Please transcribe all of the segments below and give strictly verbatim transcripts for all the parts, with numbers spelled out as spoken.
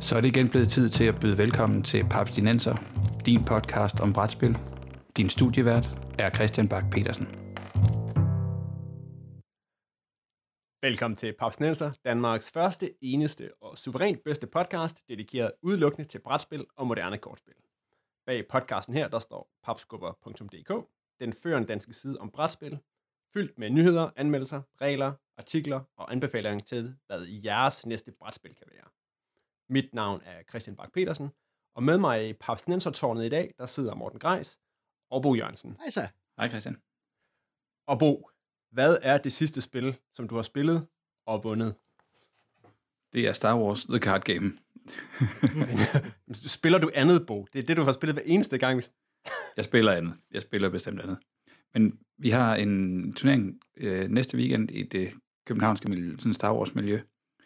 Så er det igen blevet tid til at byde velkommen til Papstinenser, din podcast om brætspil. Din studievært er Christian Bak Petersen. Velkommen til Papstinenser, Danmarks første, eneste og suverænt bedste podcast, dedikeret udelukkende til brætspil og moderne kortspil. Bag podcasten her, der står papskubber punktum d k, den førende danske side om brætspil, fyldt med nyheder, anmeldelser, regler, artikler og anbefalinger til, hvad jeres næste brætspil kan være. Mit navn er Christian Bak Petersen, og med mig i Papstinenser-tårnet i dag, der sidder Morten Greis og Bo Jørgensen. Hej så. Hej Christian. Og Bo, hvad er det sidste spil, som du har spillet og vundet? Det er Star Wars The Card Game. Spiller du andet, Bo? Det er det, du har spillet hver eneste gang. Jeg spiller andet. Jeg spiller bestemt andet. Men vi har en turnering øh, næste weekend i det københavnske miljø, sådan Star Wars miljø.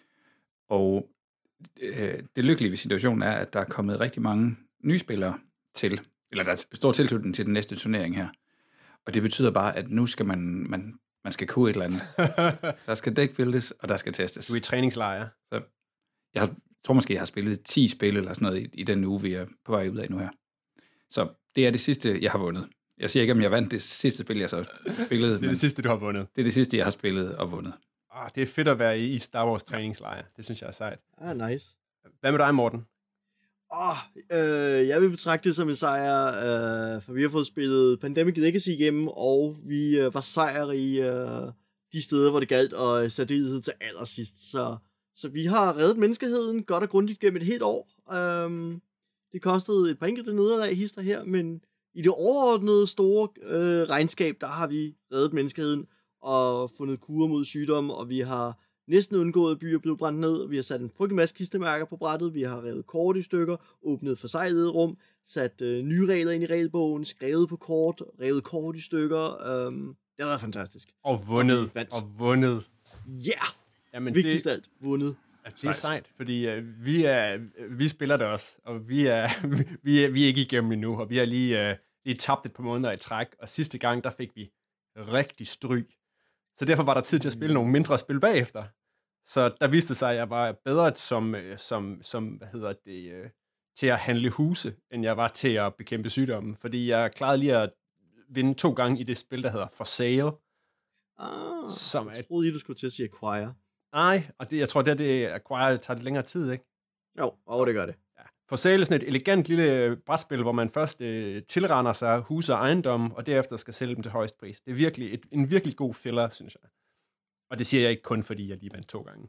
Og øh, det lykkelige ved situationen er, at der er kommet rigtig mange nye spillere til, eller der er stor tilslutning til den næste turnering her. Og det betyder bare, at nu skal man, man, man skal kunne et eller andet. Der skal dækbildes, og der skal testes. Du er i træningslejre. Så jeg har, tror måske, jeg har spillet ti spil eller sådan noget i, i den uge, vi er på vej ud af nu her. Så det er det sidste, jeg har vundet. Jeg siger ikke, om jeg vandt det sidste spil, jeg så spillede. Det er det sidste, du har vundet. Det er det sidste, jeg har spillet og vundet. Ah, det er fedt at være i Star Wars træningslejre. Det synes jeg er sejt. Ah, nice. Hvad med dig, Morten? Åh, oh, øh, jeg vil betragte det som en sejr, øh, for vi har fået spillet Pandemic Legacy igennem, og vi øh, var sejr i øh, de steder, hvor det galt, og særdeleshed til allersidst. Så, så vi har reddet menneskeheden godt og grundigt gennem et helt år. Um, det kostede et par enkelte nederlag hister her, men i det overordnede store øh, regnskab, der har vi reddet menneskeheden og fundet kurer mod sygdom, og vi har næsten undgået, at byer blev brændt ned, vi har sat en frygtelig masse kistemærker på brættet, vi har revet kort i stykker, åbnet forsejlede rum, sat øh, nye regler ind i regelbogen, skrevet på kort, revet kort i stykker. Øhm, det har været fantastisk. Og vundet. Og, og vundet. Ja! Yeah! Jamen, vigtigst det, alt, vundet. Det er sejt, fordi øh, vi, er, vi spiller det også, og vi er, vi er, vi er ikke igennem endnu, og vi har lige, øh, lige tabt et par måneder i træk, og sidste gang, der fik vi rigtig stryg. Så derfor var der tid til at spille nogle mindre spil bagefter. Så der viste sig, at jeg var bedre som, som, som hvad hedder det, øh, til at handle huse, end jeg var til at bekæmpe sygdommen. Fordi jeg klarede lige at vinde to gange i det spil, der hedder For Sale. Ah, som jeg troede lige, du skulle til at sige Acquire. Nej, og det, jeg tror, det er det Acquire tager lidt længere tid, ikke? Jo, og det gør det. Ja. For Sale er sådan et elegant lille brætspil, hvor man først øh, tilrender sig huse og ejendom, og derefter skal sælge dem til højst pris. Det er virkelig et, en virkelig god filler, synes jeg. Og det siger jeg ikke kun, fordi jeg lige vandt to gange.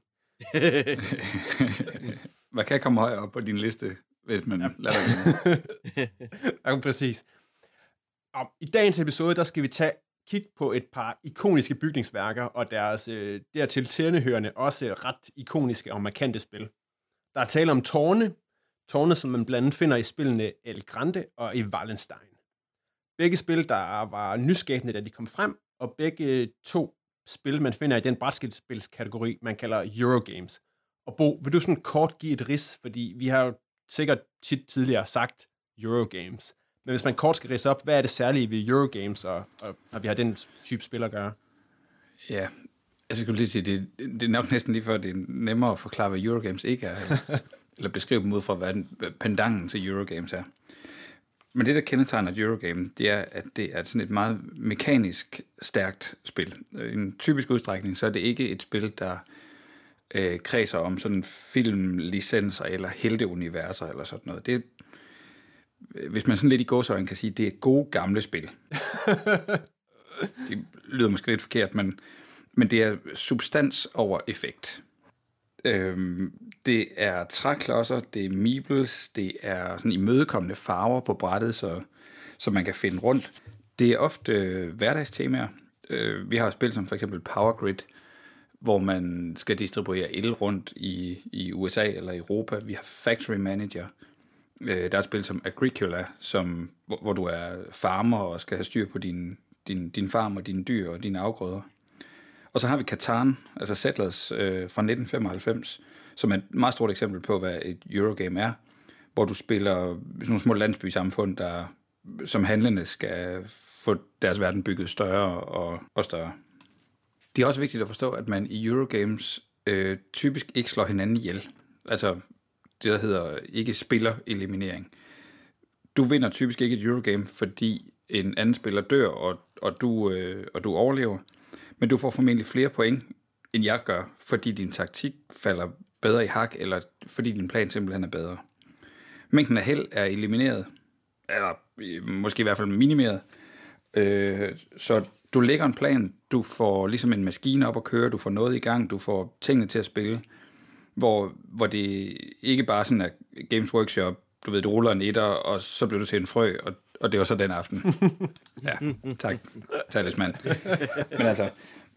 Man kan komme højere op på din liste, hvis man ja. lader det. Ja, præcis. Og i dagens episode, der skal vi tage kig på et par ikoniske bygningsværker, og deres øh, dertil tilhørende også ret ikoniske og markante spil. Der er tale om tårne, tårne, som man blandt andet finder i spillene El Grande og i Wallenstein. Begge spil, der var nyskabende, da de kom frem, og begge to spil, man finder i den brætspilskategori, man kalder Eurogames. Og Bo, vil du sådan kort give et rids, fordi vi har jo sikkert tit tidligere sagt Eurogames. Men hvis man kort skal ridse op, hvad er det særlige ved Eurogames, og, og når vi har den type spil at gøre? Ja, jeg skulle lige sige, det, det er nok næsten lige før, det er nemmere at forklare, hvad Eurogames ikke er, eller beskrive dem ud fra, hvad pendanten til Eurogames er. Men det, der kendetegner et Eurogame, det er, at det er sådan et meget mekanisk stærkt spil. I en typisk udstrækning, så er det ikke et spil, der øh, kredser om sådan filmlicenser eller helteuniverser eller sådan noget. Det er, hvis man sådan lidt i gåseøjne kan sige, det er gode gamle spil. Det lyder måske lidt forkert, men, men det er substans over effekt. Øhm, det er træklodser, det er meeples, det er sådan imødekommende farver på brættet, så, så man kan finde rundt. Det er ofte øh, hverdagstemaer. Øh, vi har et spil som for eksempel Power Grid, hvor man skal distribuere el rundt i, i U S A eller Europa. Vi har Factory Manager. Øh, der er et spil som Agricola, som, hvor, hvor du er farmer og skal have styr på din, din, din farm og dine dyr og dine afgrøder. Og så har vi Catan, altså Settlers øh, fra nitten femoghalvfems, som er et meget stort eksempel på, hvad et Eurogame er, hvor du spiller nogle små landsbysamfund, der som handlende skal få deres verden bygget større og, og større. Det er også vigtigt at forstå, at man i Eurogames øh, typisk ikke slår hinanden ihjel. Altså, det, der hedder ikke spiller-eliminering. Du vinder typisk ikke et Eurogame, fordi en anden spiller dør, og, og, du, øh, og du overlever. Men du får formentlig flere point, end jeg gør, fordi din taktik falder bedre i hak, eller fordi din plan simpelthen er bedre. Mængden af held er elimineret, eller måske i hvert fald minimeret. Øh, så du lægger en plan, du får ligesom en maskine op at køre, du får noget i gang, du får tingene til at spille, hvor, hvor det ikke bare sådan er Games Workshop, du ved, du ruller en etter, og så bliver du til en frø, og, og det var så den aften. Ja, tak, talisman. Men altså,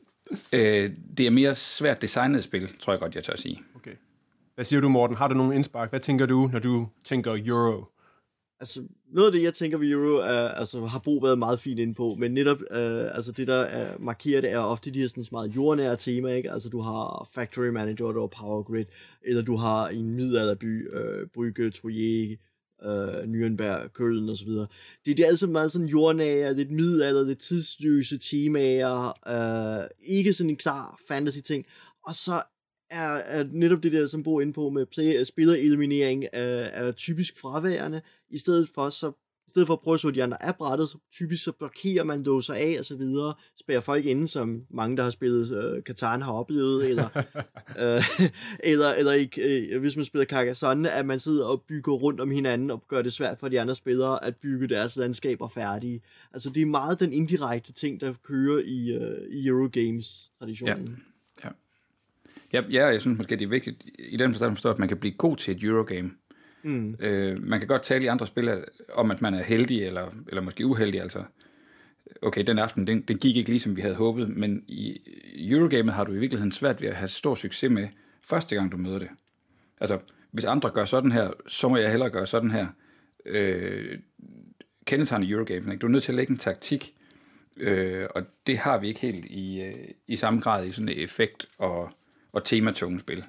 øh, det er mere svært designet spil, tror jeg godt, jeg tør at sige. Okay. Hvad siger du, Morten? Har du nogen indspark? Hvad tænker du, når du tænker Euro? Altså, noget af det, jeg tænker ved Euro, er, altså, har Bo været meget fint inde på, men netop, øh, altså, det der er markeret, er ofte de her sådan meget jordnære tema, ikke? Altså, du har Factory Manager, du har Power Grid, eller du har en middelalderby, øh, Brygge, Troje, øh, Nürnberg, Køln og så videre. Det, det er altså meget sådan jordnære, lidt middelalder, lidt tidsløse temaer, øh, ikke sådan en klar fantasy-ting, og så er, er netop det der, som Bo er inde på, med play, spillereliminering er, er typisk fraværende. I stedet for, så, i stedet for at prøve at så de andre af brættet, så typisk så blokerer man dåser af og så videre, spærer folk inde, som mange, der har spillet uh, Catan har oplevet, eller, uh, eller, eller ikke, uh, hvis man spiller Carcassonne, at man sidder og bygger rundt om hinanden, og gør det svært for de andre spillere at bygge deres landskaber færdige. Altså det er meget den indirekte ting, der kører i, uh, i Eurogames-traditionen. Ja. Ja, ja, jeg synes måske, det er vigtigt i den forstand at forstå, at man kan blive god til et Eurogame. Mm. Øh, man kan godt tale i andre spil om, at man er heldig, eller, eller måske uheldig, altså. Okay, den aften, den, den gik ikke ligesom vi havde håbet, men i Eurogamet har du i virkeligheden svært ved at have stor succes med første gang, du møder det. Altså, hvis andre gør sådan her, så må jeg hellere gøre sådan her. Øh, kendetegn i Eurogamet, ikke? Du er nødt til at lægge en taktik, øh, og det har vi ikke helt i, øh, i samme grad i sådan et effekt og og tematunge spil.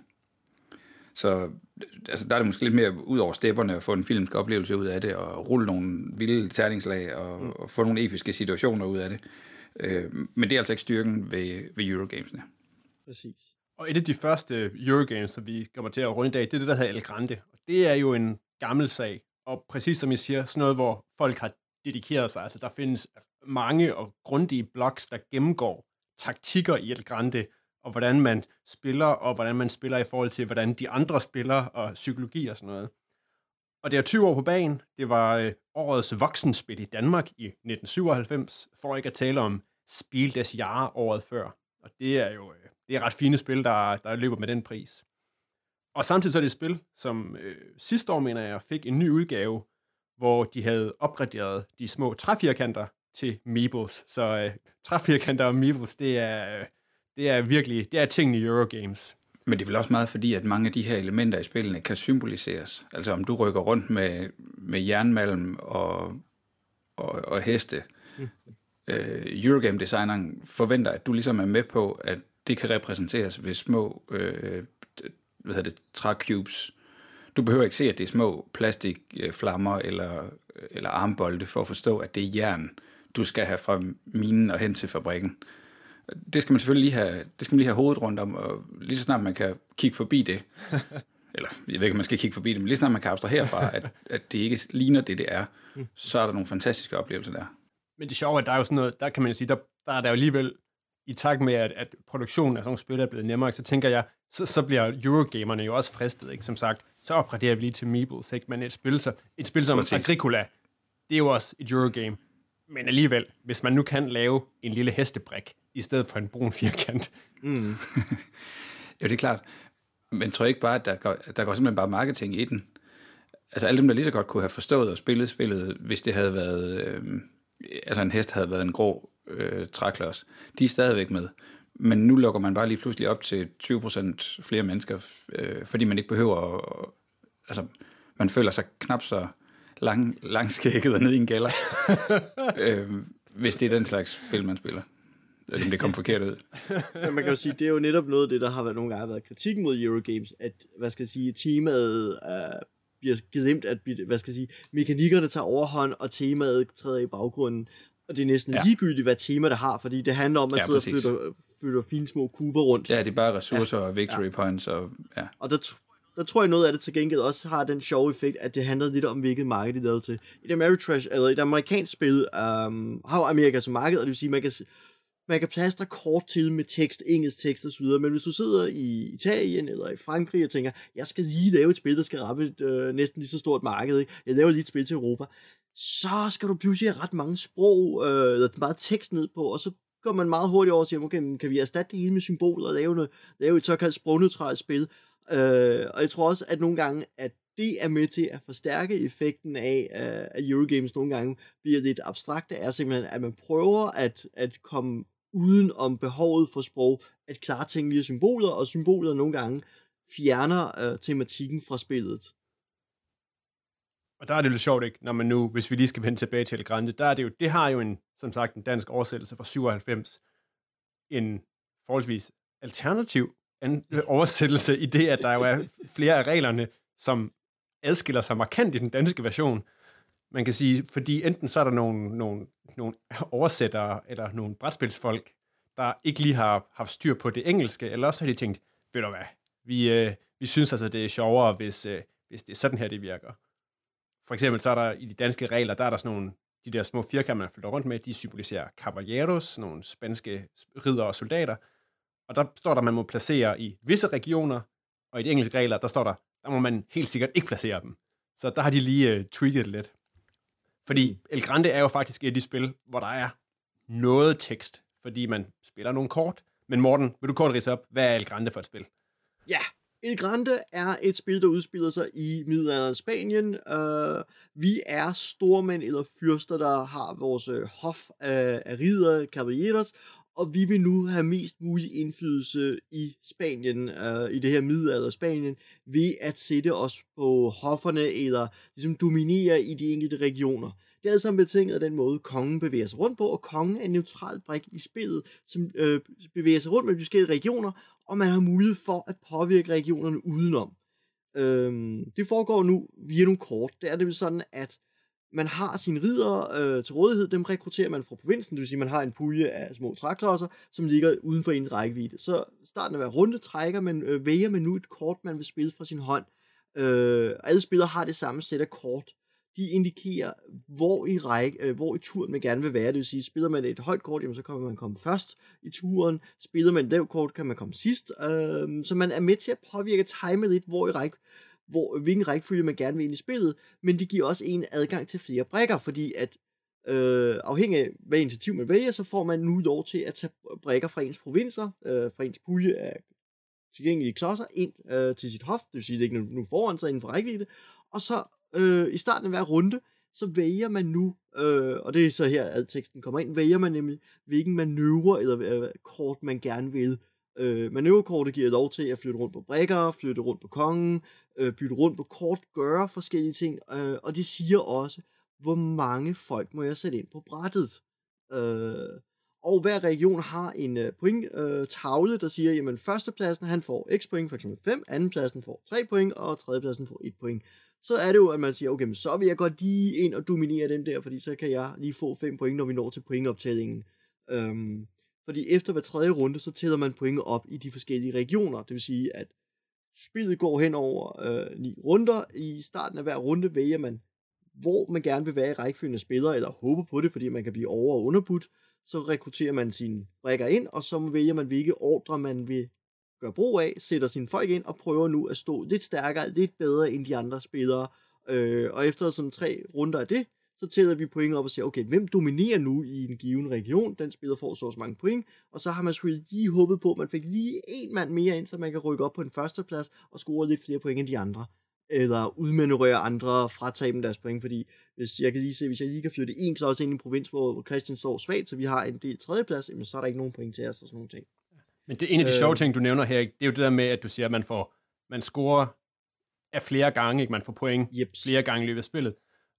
Så altså, der er det måske lidt mere ud over stepperne at få en filmsk oplevelse ud af det, og rulle nogle vilde terningslag, og, mm. og få nogle episke situationer ud af det. Øh, men det er altså ikke styrken ved, ved Eurogamesene. Præcis. Og et af de første Eurogames, som vi kommer til at runde i dag, det er det, der hedder El Grande. Og det er jo en gammel sag, og præcis som jeg siger, sådan noget, hvor folk har dedikeret sig. Altså, der findes mange og grundige blogs, der gennemgår taktikker i El Grande, og hvordan man spiller, og hvordan man spiller i forhold til, hvordan de andre spiller, og psykologi og sådan noget. Og det er tyve år på banen. Det var øh, årets voksenspil i Danmark i nitten syvoghalvfems, for ikke at tale om Spiel des Jahres året før. Og det er jo øh, det er ret fine spil, der, der løber med den pris. Og samtidig så er det et spil, som øh, sidste år, mener jeg, fik en ny udgave, hvor de havde opgraderet de små træfirkanter til Meeples. Så øh, træfirkanter og Meeples, det er... Øh, Det er virkelig, det er tingene i Eurogames. Men det er vel også meget fordi, at mange af de her elementer i spillene kan symboliseres. Altså om du rykker rundt med, med jernmalm og, og, og heste. Mm. Øh, Eurogame-designeren forventer, at du ligesom er med på, at det kan repræsenteres ved små øh, hvad hedder det, træcubes. Du behøver ikke se, at det er små plastikflammer eller, eller armbolde for at forstå, at det er jern, du skal have fra minen og hen til fabrikken. Det skal man selvfølgelig lige have, det skal man lige have hovedet rundt om, og lige så snart man kan kigge forbi det, eller jeg ved ikke, om man skal kigge forbi det, men lige så snart man kan abstrahere fra, at, at det ikke ligner det, det er, så er der nogle fantastiske oplevelser der. Men det sjove er, at der er jo sådan noget, der kan man jo sige, der, der er der jo alligevel, i takt med, at, at produktionen af sådan nogle spil er blevet nemmere, så tænker jeg, så, så bliver Eurogamerne jo også fristet, ikke? Som sagt, så opgraderer vi lige til Meeples, ikke? Men et spil, så, et spil som Præcis. Agricola, det er jo også et Eurogame. Men alligevel, hvis man nu kan lave en lille hestebrik, i stedet for en brun firkant. Mm. Jo, det er klart. Men tror jeg ikke bare, at der går, der går simpelthen bare marketing i den. Altså alle dem, der lige så godt kunne have forstået og spillet spillet, hvis det havde været, øh, altså en hest havde været en grå øh, træklods, de er stadigvæk med. Men nu lukker man bare lige pludselig op til tyve procent flere mennesker, øh, fordi man ikke behøver at, altså man føler sig knap så lang, langskægget og ned i en gælder, øh, hvis det er den slags spil, man spiller. Eller det kom forkert ud. Men man kan jo sige, det er jo netop noget af det, der har været nogle gange været kritik mod Eurogames, at, hvad skal jeg sige, temaet uh, bliver glemt, at, hvad skal jeg sige, mekanikkerne tager overhånd, og temaet træder i baggrunden, og det er næsten ja. ligegyldigt, hvad tema det har, fordi det handler om, at man ja, sidder og flytter, flytter fine små kuber rundt. Ja, det er bare ressourcer ja. og victory ja. points. Og, ja. og der, der tror jeg noget af det til gengæld også har den sjove effekt, at det handler lidt om, hvilket marked de lavede til. I et Ameritrash, eller et amerikansk spil, um, har Amerika som marked, og det vil sige, man kan, man kan plastre kort til med tekst, engelsk tekst osv., men hvis du sidder i Italien eller i Frankrig og tænker, jeg skal lige lave et spil, der skal ramme et øh, næsten lige så stort marked, ikke? Jeg laver lige et spil til Europa, så skal du pludselig have ret mange sprog, øh, eller meget tekst ned på, og så går man meget hurtigt over og siger, okay, kan vi erstatte det hele med symboler og lave, noget, lave et såkaldt sprogneutralt spil? Øh, og jeg tror også, at nogle gange, at det er med til at forstærke effekten af, at Eurogames nogle gange bliver lidt abstrakte, er simpelthen, at man prøver at, at komme uden om behovet for sprog, at klare ting via symboler, og symboler nogle gange fjerner øh, tematikken fra spillet. Og der er det lidt sjovt, ikke? Når man nu, hvis vi lige skal vende tilbage til El Grande, der er det jo, det har jo en, som sagt, en dansk oversættelse fra syvoghalvfems, en forholdsvis alternativ en oversættelse i det, at der jo er flere af reglerne, som adskiller sig markant i den danske version. Man kan sige, fordi enten så er der nogle, nogle, nogle oversættere, eller nogle brætspilsfolk, der ikke lige har haft styr på det engelske, eller også har de tænkt, ved du hvad, vi, øh, vi synes altså, det er sjovere, hvis, øh, hvis det er sådan her, det virker. For eksempel så er der i de danske regler, der er der sådan nogle, de der små firkanter, man flytter rundt med, de symboliserer caballeros, nogle spanske riddere og soldater, og der står der, at man må placere i visse regioner, og i de engelske regler, der står der, der må man helt sikkert ikke placere dem. Så der har de lige uh, tweaked det lidt. Fordi El Grande er jo faktisk et af de spil, hvor der er noget tekst, fordi man spiller nogle kort. Men Morten, vil du kort ridse op, hvad er El Grande for et spil? Ja, El Grande er et spil, der udspiller sig i middelalderens Spanien. Uh, vi er stormænd eller fyrster, der har vores uh, hof af, af ridere, caballeros, og vi vil nu have mest mulig indflydelse i Spanien, uh, i det her middelalder Spanien, ved at sætte os på hofferne, eller ligesom dominere i de enkelte regioner. Det er altså betinget af den måde, kongen bevæger sig rundt på, og kongen er en neutral brik i spillet, som øh, bevæger sig rundt med de forskellige regioner, og man har mulighed for at påvirke regionerne udenom. Øhm, det foregår nu via nogle kort. Det er det sådan, at man har sine ridere øh, til rådighed, dem rekrutterer man fra provinsen, det vil sige, at man har en pulje af små træklodser, som ligger uden for ens rækkevidde. Så starten af hver runde trækker man, øh, vælger man nu et kort, man vil spille fra sin hånd. Øh, alle spillere har det samme sæt af kort. De indikerer, hvor i, række, øh, hvor i turen man gerne vil være. Det vil sige, spiller man et højt kort, jamen, så kan man komme først i turen. Spiller man et lavt kort, kan man komme sidst. Øh, så man er med til at påvirke timet lidt, hvor i række, hvor, hvilken rækkefølge man gerne vil ind i spillet. Men det giver også en adgang til flere brikker, fordi at øh, afhængig af, hvad initiativ man vælger, så får man nu lov til at tage brikker fra ens provinser, øh, fra ens pulje af tilgængelige klodser, ind øh, til sit hof. Det vil sige, at det ikke nu foran sig inden for rækkevidde. Og så Øh, i starten af hver runde, så vælger man nu, øh, og det er så her, at teksten kommer ind, vælger man nemlig, hvilken manøvre eller øh, kort man gerne vil. Øh, manøvrekortet giver lov til at flytte rundt på brikker, flytte rundt på kongen, øh, bytte rundt på kort, gøre forskellige ting, øh, og det siger også, hvor mange folk må jeg sætte ind på brættet. Øh, og hver region har en øh, point øh, tavle, der siger, jamen førstepladsen han får x point, for eksempel fem, andenpladsen får tre point, og tredjepladsen får et point. Så er det jo, at man siger, okay, men så vil jeg godt lige ind og dominere den der, fordi så kan jeg lige få fem point, når vi når til pointoptællingen. Øhm, fordi efter hver tredje runde, så tæller man point op i de forskellige regioner. Det vil sige, at spillet går hen over øh, ni runder. I starten af hver runde vælger man, hvor man gerne vil være i rækkefølgen af spillere, eller håber på det, fordi man kan blive over- og underbudt. Så rekrutterer man sine brikker ind, og så vælger man, hvilke ordre man vil gør brug af, sætter sine folk ind og prøver nu at stå lidt stærkere, lidt bedre end de andre spillere. Øh, og efter sådan tre runder af det, så tæller vi point op og siger, okay, hvem dominerer nu i en given region? Den spiller får så mange point, og så har man selvfølgelig lige håbet på, at man fik lige en mand mere ind, så man kan rykke op på en førsteplads og score lidt flere point end de andre. Eller udmanøvrere andre, fratage dem deres point, fordi hvis jeg kan lige se, hvis jeg lige kan flytte en klods ind i en provins, hvor Christian står svagt, så vi har en del tredjeplads, så er der ikke nogen point til os og sådan nogle ting. Men det er en af de sjove ting, du nævner her, det er jo det der med, at du siger, at man får, man scorer af flere gange, ikke? Man får point Jeps. flere gange i løbet af spillet,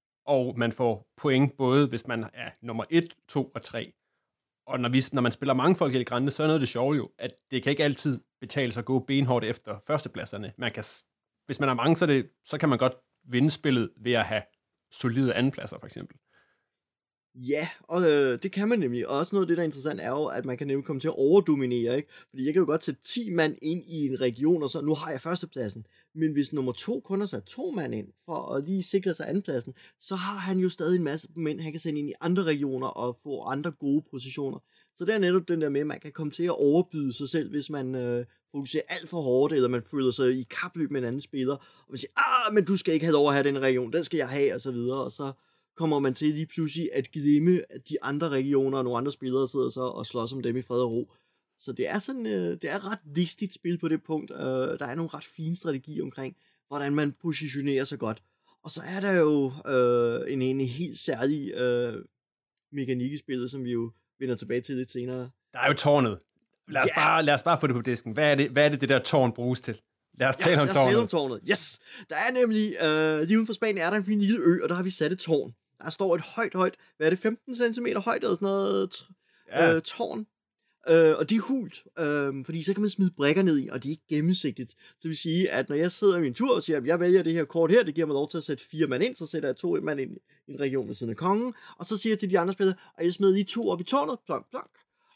og man får point både, hvis man er nummer et, to og tre. Og når, vi, når man spiller mange folk i El Grande, så er noget af det sjove jo, at det kan ikke altid betale sig at gå benhårdt efter førstepladserne. Man kan, hvis man er mange, så, det, så kan man godt vinde spillet ved at have solide andenpladser, for eksempel. Ja, og øh, det kan man nemlig. Og også noget af det, der er interessant, er jo, at man kan nemlig komme til at overdominere, ikke? Fordi jeg kan jo godt sætte ti mand ind i en region, og så, nu har jeg førstepladsen. Men hvis nummer to kun har sat to mand ind, for at lige sikre sig andenpladsen, så har han jo stadig en masse mænd, han kan sende ind i andre regioner, og få andre gode positioner. Så det er netop den der med, at man kan komme til at overbyde sig selv, hvis man øh, fokuserer alt for hårdt, eller man føler sig i kapløb med en anden spiller, og man siger, ah, men du skal ikke have lov at have den region, den skal jeg have, og så videre, og så kommer man til lige pludselig at glemme, at de andre regioner og nogle andre spillere sidder så og slås om dem i fred og ro. Så det er sådan, øh, det er ret listigt spil på det punkt. Øh, der er nogle ret fine strategier omkring, hvordan man positionerer sig godt. Og så er der jo øh, en, en helt særlig øh, mekanik i spillet, som vi jo vender tilbage til lidt senere. Der er jo tårnet. Lad os, yeah. bare, lad os bare få det på disken. Hvad er det, hvad er det, det der tårn bruges til? Lad os tale, ja, om, lad os tårnet. tale om tårnet. Yes! Der er nemlig, øh, lige uden for Spanien er der en fin lille ø, og der har vi sat et tårn. Der står et højt, højt, hvad er det, femten centimeter højt, eller sådan noget ja. øh, tårn. Øh, og de er hult, øh, fordi så kan man smide brækker ned i, og de er ikke gennemsigtigt. Så det vil sige, at når jeg sidder i min tur og siger, at jeg vælger det her kort her, det giver mig lov til at sætte fire mand ind, så sætter jeg to mand ind i en region ved siden af kongen, og så siger jeg til de andre spillere, at jeg smider lige to op i tårnet, plonk, plonk.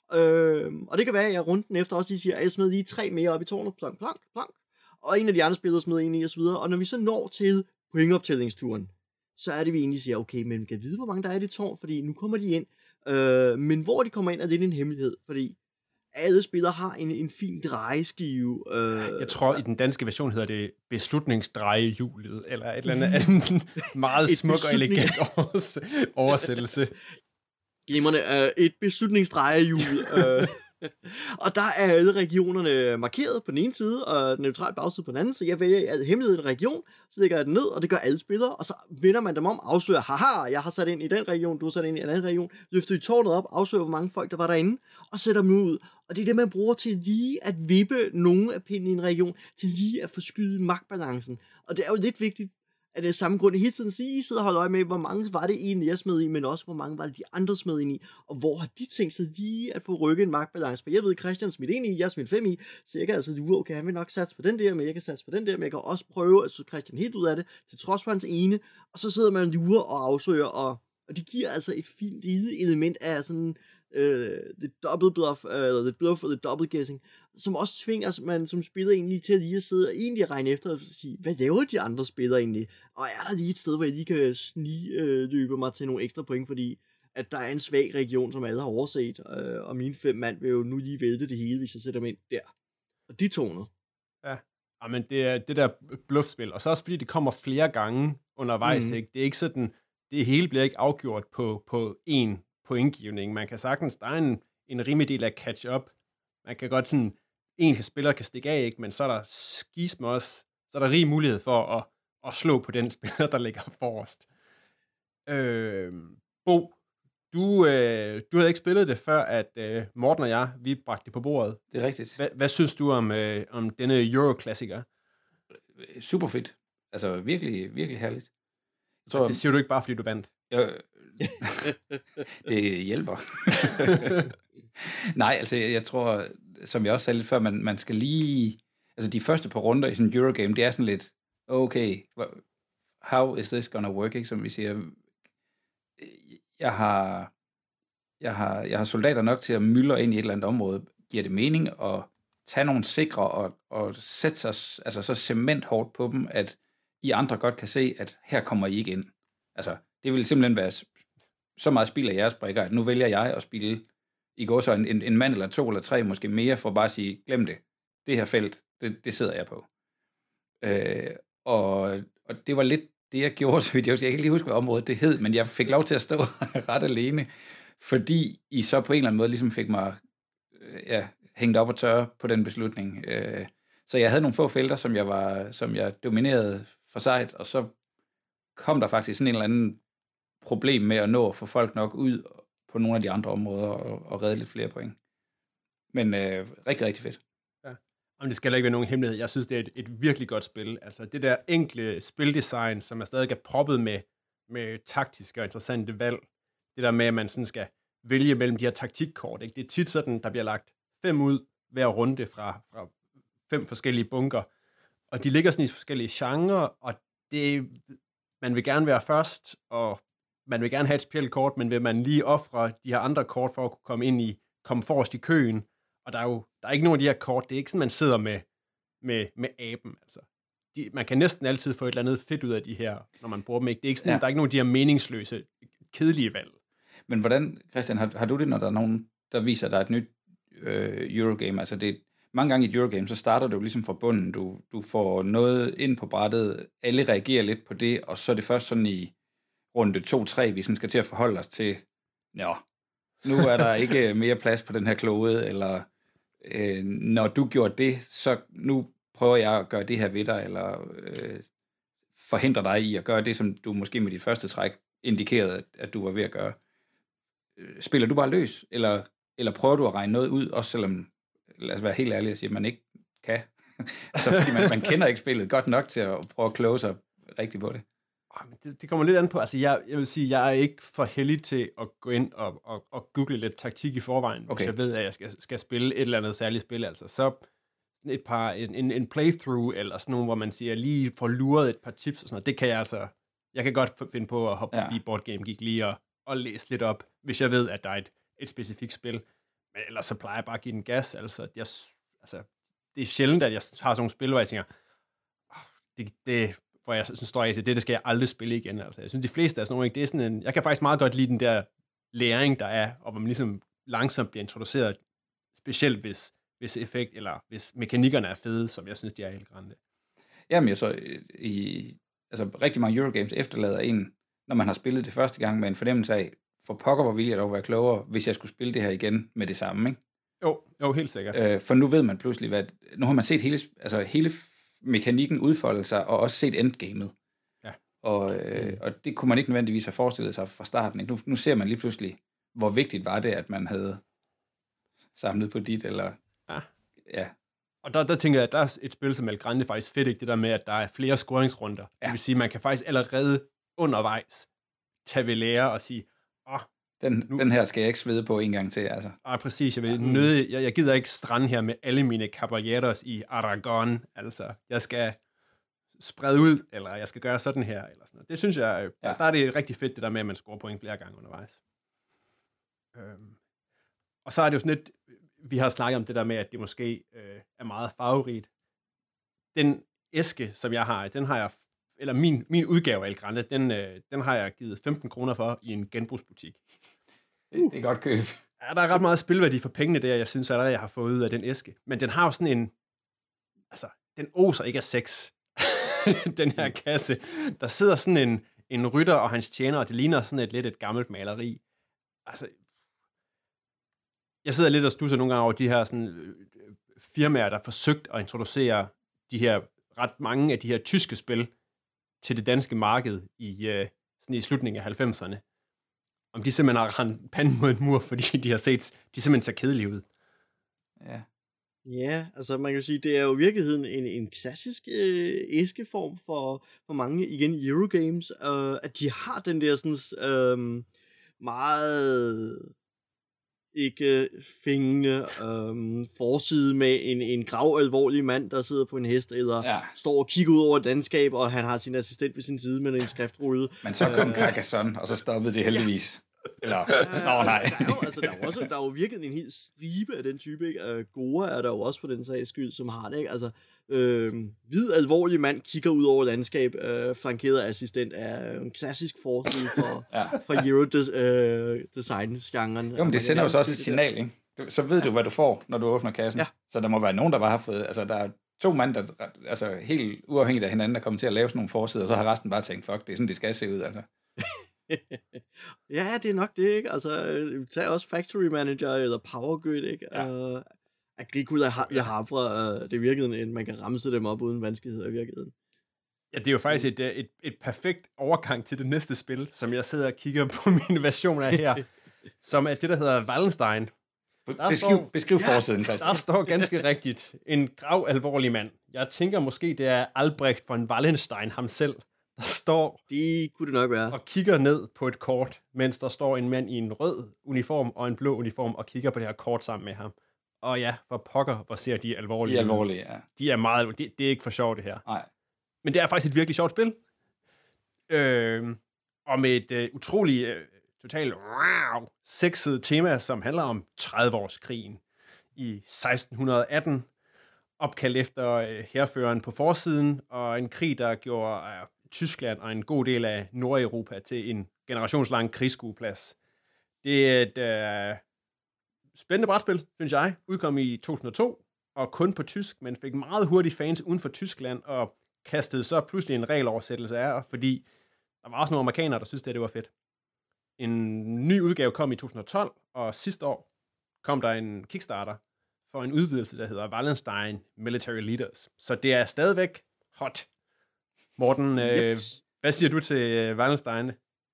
Øh, og det kan være, at jeg runden efter også lige siger, at jeg smider lige tre mere op i tårnet, plonk, plonk, plonk. Og en af de andre spillere smider en i, og så videre. Og når vi så når til pointoptællingsturen, så er det, vi egentlig siger, okay, men kan vide, hvor mange der er i det tårn, fordi nu kommer de ind. Øh, men hvor de kommer ind, er det en hemmelighed, fordi alle spillere har en, en fin drejeskive. Øh, jeg tror, i den danske version hedder det beslutningsdrejehjulet, eller et eller andet meget smuk og elegant oversættelse. Glimrende, øh, et beslutningsdrejehjul. øh. Og der er alle regionerne markeret på den ene side, og neutralt bagside på den anden, så jeg vælger hemmelighed i en region, så lægger jeg den ned, og det gør alle spillere, og så vender man dem om, afslører, haha, jeg har sat ind i den region, du har sat ind i en anden region, løfter i tårnet op, afslører, hvor mange folk der var derinde, og sætter dem ud. Og det er det, man bruger til lige at vippe nogle af pindene i en region, til lige at forskyde magtbalancen. Og det er jo lidt vigtigt, af det samme grund hele tiden, så I sidder og holder øje med, hvor mange var det egentlig, jeg smed i, men også hvor mange var det de andre smed ind i, og hvor har de tænkt sig lige at få rykket en magtbalance, for jeg ved, Christian smidt ind i, jeg smidt fem i, så jeg kan altså lure, okay, han vil nok satse på den der, men jeg kan satse på den der, men jeg kan også prøve at så Christian helt ud af det, til trods for hans ene, og så sidder man lure og afsøger, og, og det giver altså et fint lille element af sådan, øh, det double bluff, eller uh, det bluff og det double guessing, som også tvinger man som spiller egentlig til at lige at sidde og egentlig regne efter og sige, hvad laver de andre spillere egentlig? Og er der lige et sted, hvor jeg lige kan snige øh, mig til nogle ekstra point, fordi at der er en svag region, som alle har overset, øh, og mine fem mand vil jo nu lige vælte det hele, hvis jeg sætter dem ind der. Og de toner. Ja, men det er det der bluffspil, og så også fordi det kommer flere gange undervejs, mm. ikke? Det er ikke sådan, det hele bliver ikke afgjort på, på én pointgivning. Man kan sagtens, der er en, en rimelig del af catch-up. Man kan godt sådan, en spiller kan stikke af, ikke? Men så er der skisme også, så er der rig mulighed for at, at slå på den spiller, der ligger forrest. Øh, Bo, du, øh, du havde ikke spillet det før, at øh, Morten og jeg, vi bragte det på bordet. Det er rigtigt. Hva, hvad synes du om, øh, om denne Euro-klassiker? Super fedt. Altså virkelig, virkelig herligt. Jeg tror, det siger du ikke bare, fordi du vandt. Øh, det hjælper. Nej, altså jeg tror, som jeg også sagde lidt før, man, man skal lige, altså de første par runder i sådan en Eurogame, det er sådan lidt, okay, how is this gonna work, ikke, som vi siger. Jeg har, jeg har, jeg har soldater nok til at myldre ind i et eller andet område. Giver det mening at tage nogle sikre og, og sætte sig altså så cement hårdt på dem, at I andre godt kan se, at her kommer I ikke ind. Altså, det vil simpelthen være så meget spild af jeres brikker, at nu vælger jeg at spille i går så en, en, en mand eller to eller tre, måske mere, for bare at sige, glem det. Det her felt, det, det sidder jeg på. Øh, og, og det var lidt det, jeg gjorde, så vidt jeg, jeg kan ikke lige huske, hvad området det hed, men jeg fik lov til at stå ret alene, fordi I så på en eller anden måde ligesom fik mig øh, ja, hængt op og tørre på den beslutning. Øh, så jeg havde nogle få felter, som jeg, var, som jeg dominerede for sejt, og så kom der faktisk sådan en eller anden problem med at nå at få folk nok ud på nogle af de andre områder og, og redde lidt flere point. Men øh, rigtig, rigtig fedt. Ja. Og det skal da ikke være nogen hemmelighed. Jeg synes, det er et, et virkelig godt spil. Altså det der enkle spildesign, som er stadig er proppet med, med taktiske og interessante valg. Det der med, at man sådan skal vælge mellem de her taktikkort. Ikke? Det er tit sådan, der bliver lagt fem ud hver runde fra, fra fem forskellige bunker. Og de ligger sådan i forskellige genrer, og det, man vil gerne være først, og man vil gerne have et specielt kort, men vil man lige ofre de her andre kort for at kunne komme ind i, komme forrest i køen, og der er jo der er ikke nogen af de her kort, det er ikke sådan, man sidder med, med, med aben, altså. De, man kan næsten altid få et eller andet fedt ud af de her, når man bruger dem, ikke? Det er ikke sådan, ja. Der er ikke nogen af de her meningsløse, kedelige valg. Men hvordan, Christian, har, har du det, når der er nogen, der viser dig et nyt øh, Eurogame? Altså det, mange gange i et Eurogame, så starter du ligesom fra bunden. Du, du får noget ind på brættet, alle reagerer lidt på det, og så er det først sådan i runde to tre, vi sådan skal til at forholde os til, nå, nu er der ikke mere plads på den her klode, eller øh, når du gjorde det, så nu prøver jeg at gøre det her ved dig, eller øh, forhindre dig i at gøre det, som du måske med dit første træk indikerede, at, at du var ved at gøre. Spiller du bare løs, eller, eller prøver du at regne noget ud, også selvom, lad os være helt ærlig og sige, at man ikke kan? Altså, fordi man, man kender ikke spillet godt nok til at prøve at kloge sig rigtigt på det. Det, det kommer lidt an på, altså jeg, jeg vil sige, jeg er ikke for heldig til at gå ind og, og, og google lidt taktik i forvejen, okay. Hvis jeg ved, at jeg skal, skal spille et eller andet særligt spil, altså så et par, en, en playthrough, eller sådan nogle, hvor man siger, lige får luret et par tips og sådan noget, det kan jeg altså, jeg kan godt finde på at hoppe ja. i Board Game Geek lige og, og læse lidt op, hvis jeg ved, at der er et, et specifikt spil, men ellers så plejer jeg bare at give den gas, altså, jeg, altså det er sjældent, at jeg har sådan nogle spil, hvor jeg tænker, oh, det, det hvor jeg synes, står jeg til, det, det skal jeg aldrig spille igen. Altså, jeg synes, de fleste af sådan nogle, det er sådan en, jeg kan faktisk meget godt lide den der læring, der er, og hvor man ligesom langsomt bliver introduceret, specielt hvis, hvis effekt, eller hvis mekanikkerne er fede, som jeg synes, de er helt grande. Jamen, jeg så i, altså rigtig mange Eurogames efterlader en, når man har spillet det første gang, med en fornemmelse af, for pokker, hvor ville jeg dog være klogere, hvis jeg skulle spille det her igen med det samme, ikke? Jo, jo, helt sikkert. Øh, for nu ved man pludselig, hvad, nu har man set hele, altså hele mekanikken udfolde sig, og også set endgamet. Ja. Og, øh, mm. og det kunne man ikke nødvendigvis have forestillet sig fra starten. Ikke? Nu, nu ser man lige pludselig, hvor vigtigt var det, at man havde samlet på dit, eller... Ja. ja. Og der, der tænker jeg, at der er et spil som El Grande faktisk fedt, ikke? Det der med, at der er flere scoringsrunder. Ja. Det vil sige, at man kan faktisk allerede undervejs tage ved lære og sige, åh, Den, nu, den her skal jeg ikke svede på en gang til, altså. Ah, præcis. Jeg, vil mm. nøde, jeg, jeg gider ikke strande her med alle mine caballeros i Aragon. Altså, jeg skal sprede ud, eller jeg skal gøre sådan her, eller sådan noget. Det synes jeg, ja. der, der er det rigtig fedt, det der med, at man scorer point flere gange undervejs. Øhm. Og så er det jo sådan lidt, vi har snakket om det der med, at det måske øh, er meget farverigt. Den æske, som jeg har, den har jeg, eller min, min udgave af El Grande, den, øh, den har jeg givet femten kroner for i en genbrugsbutik. Uh. Det er godt køb. Ja, der er ret meget spilværdi for pengene der, jeg synes allerede, jeg har fået ud af den æske. Men den har jo sådan en, altså, den oser ikke af sex, den her kasse. Der sidder sådan en, en rytter og hans tjener, og det ligner sådan et lidt et gammelt maleri. Altså, jeg sidder lidt og stusser nogle gange over de her sådan, firmaer, der har forsøgt at introducere de her, ret mange af de her tyske spil til det danske marked i, uh, sådan i slutningen af halvfemserne. Om de simpelthen har rendt panden mod en mur, fordi de har set, de simpelthen ser kedelige ud. Ja. Ja, altså man kan sige, det er jo i virkeligheden en, en klassisk øh, æskeform for, for mange, igen i Eurogames, øh, at de har den der sådan øh, meget ikke fængende øh, forside med en, en grav alvorlig mand, der sidder på en hest, eller ja. står og kigger ud over et landskab, og han har sin assistent ved sin side med en skriftrulle. Men så kom Carcassonne, og så stoppede det heldigvis. Ja. Eller, nå nej. Der er jo, altså, der er jo også, der er jo virkelig en helt stribe af den type, ikke? Uh, Goa er der jo også på den sags skyld, som har det, ikke? Altså, øh, hvid alvorlig mand kigger ud over landskab, øh, flankeret af assistent er en klassisk forside for, ja. for Euro-design-genren. Jo, men det sender jo så også et signal, ikke? Så ved ja. du, hvad du får, når du åbner kassen. Ja. Så der må være nogen, der bare har fået, altså der er to mand, der altså helt uafhængigt af hinanden, der kommer til at lave sådan nogle forsider, og så har resten bare tænkt, fuck, det er sådan, det skal se ud, altså. Ja, det er nok det, ikke? Altså, tag også Factory Manager eller Power Grid, ikke? Ja. Uh, Agricola jeg har fra, uh, det er virkelig, man kan ramse dem op uden vanskeligheder i virkeligheden. Ja, det er jo faktisk et, et, et perfekt overgang til det næste spil, som jeg sidder og kigger på min version af her, som er det, der hedder Wallenstein. Der beskriv står, beskriv ja, forsiden, Christian. Der står ganske rigtigt, en grav alvorlig mand. Jeg tænker måske, det er Albrecht von Wallenstein ham selv, der står det kunne det nok være. Og kigger ned på et kort, mens der står en mand i en rød uniform og en blå uniform og kigger på det her kort sammen med ham. Og ja, for pokker, hvor ser de alvorlige. De er alvorlige, ja. De er meget, det, det er ikke for sjovt det her. Nej. Men det er faktisk et virkelig sjovt spil. Øh, Og med et øh, utroligt, øh, totalt wow, sexet tema, som handler om tredive-årskrigen i seksten atten, opkaldt efter øh, hærføreren på forsiden, og en krig, der gjorde øh, Tyskland og en god del af Nordeuropa til en generationslang krigsskueplads. Det er et øh, spændende brætspil, synes jeg. Udkom i to tusind og to, og kun på tysk, men fik meget hurtigt fans uden for Tyskland, og kastede så pludselig en regeloversættelse af, fordi der var også nogle amerikanere, der synes det, det var fedt. En ny udgave kom i to tusind og tolv, og sidste år kom der en Kickstarter for en udvidelse, der hedder Wallenstein Military Leaders. Så det er stadigvæk hot. Morten, øh, hvad siger du til øh, Wallenstein?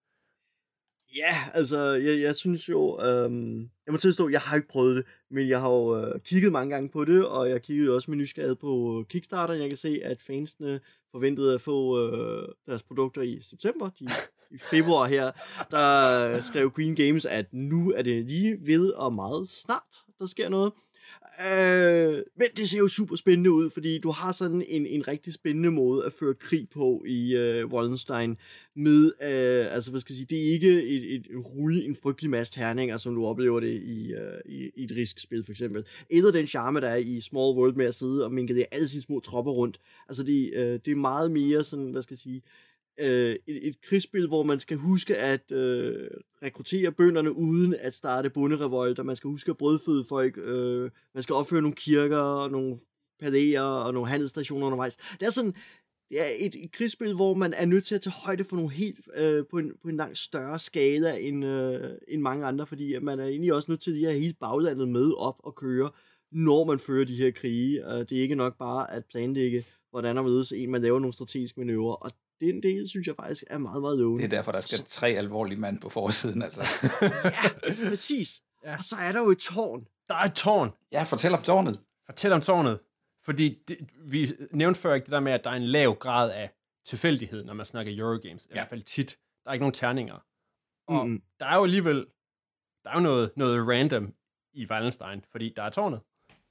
Ja, altså, jeg, jeg synes jo, øhm, jeg må tilstå, jeg har ikke prøvet det, men jeg har jo øh, kigget mange gange på det, og jeg kiggede også med nysgerrighed på Kickstarter. Jeg kan se, at fansene forventede at få øh, deres produkter i september. De, I februar her, der skrev Green Games, at nu er det lige ved og meget snart, der sker noget. Øh, men det ser jo super spændende ud, fordi du har sådan en, en rigtig spændende måde at føre krig på i øh, Wallenstein med, øh, altså hvad skal jeg sige, det er ikke et, et, et rulle en frygtelig masse terninger, som du oplever det i, øh, i, i et riskspil for eksempel. Eller den charme, der er i Small World med at sidde og minke alle sine små tropper rundt. Altså det, øh, det er meget mere sådan, hvad skal jeg sige, øh, et, et krigsspil, hvor man skal huske at øh, rekruttere bønderne uden at starte bonderevolter. Man skal huske at brødføde folk. Øh, man skal opføre nogle kirker og nogle palæer og nogle handelsstationer undervejs. Det er sådan det er et, et krigsspil, hvor man er nødt til at tage højde for nogle helt øh, på, en, på en langt større skala end, øh, end mange andre, fordi man er egentlig også nødt til at have hele baglandet med op og køre, når man fører de her krige. Øh, det er ikke nok bare at planlægge, hvordan der mødes en, man laver nogle strategiske manøvrer, og den del, synes jeg faktisk er meget, meget lovende. Det er derfor, der skal tre alvorlige mand på forsiden, altså. Ja, præcis. Ja. Og så er der jo et tårn. Der er et tårn. Ja, fortæl om tårnet. Fortæl om tårnet. Fordi det, vi nævnte før ikke det der med, at der er en lav grad af tilfældighed, når man snakker Eurogames. I ja. hvert fald tit. Der er ikke nogen terninger. Og mm. der er jo alligevel der er jo noget, noget random i Wallenstein, fordi der er tårnet.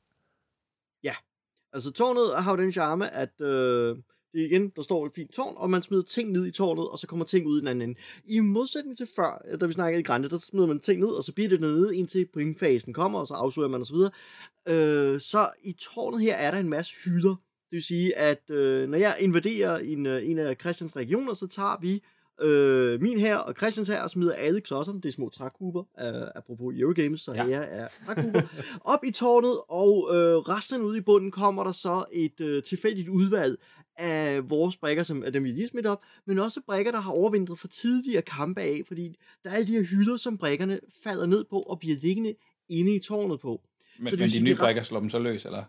Ja, altså tårnet har jo den charme, at øh, det igen, der står et fint tårn, og man smider ting ned i tårnet, og så kommer ting ud i den anden ende. I modsætning til før, da vi snakkede i Grande, der smider man ting ned, og så bliver det ned, indtil pointfasen kommer, og så afslutter man osv. Øh, så i tårnet her er der en masse hylder. Det vil sige, at øh, når jeg invaderer en, en af Christians regioner, så tager vi øh, min her og Christians her og smider alle klodserne, det er små trækuber, øh, apropos Eurogames, så ja. Her er trækuber, op i tårnet, og øh, resten ude i bunden kommer der så et øh, tilfældigt udvalg af vores brækker, som er dem, vi lige smidt op, men også brækker, der har overvintret for tidligere kampe af, fordi der er de her hylder, som brækkerne falder ned på og bliver liggende inde i tårnet på. Men, så men de nye brækker slår dem så løs, eller?